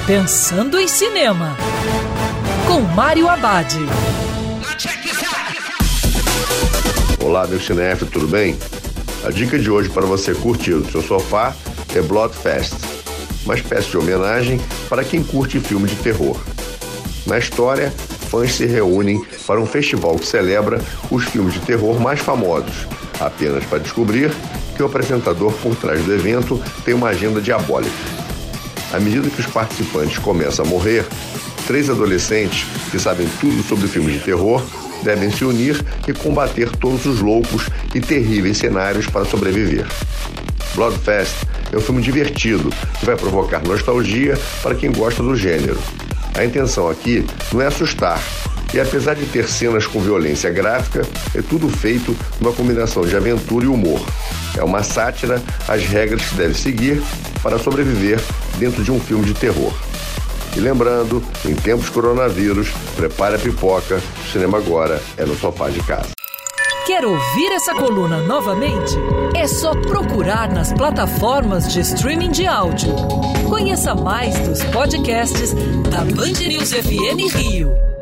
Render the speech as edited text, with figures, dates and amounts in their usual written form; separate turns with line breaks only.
Pensando em Cinema, com Mário Abad.
Olá, meu cinéfilo, tudo bem? A dica de hoje para você curtir no seu sofá é Bloodfest, uma espécie de homenagem para quem curte filme de terror. Na história, fãs se reúnem para um festival que celebra os filmes de terror mais famosos, apenas para descobrir que o apresentador por trás do evento tem uma agenda diabólica. À medida que os participantes começam a morrer, 3 adolescentes que sabem tudo sobre filmes de terror devem se unir e combater todos os loucos e terríveis cenários para sobreviver. Bloodfest é um filme divertido que vai provocar nostalgia para quem gosta do gênero. A intenção aqui não é assustar, e apesar de ter cenas com violência gráfica, é tudo feito numa combinação de aventura e humor. É uma sátira às regras que deve seguir para sobreviver dentro de um filme de terror. E lembrando, em tempos coronavírus, prepare a pipoca, o cinema agora é no sofá de casa.
Quer ouvir essa coluna novamente? É só procurar nas plataformas de streaming de áudio. Conheça mais dos podcasts da Band News FM Rio.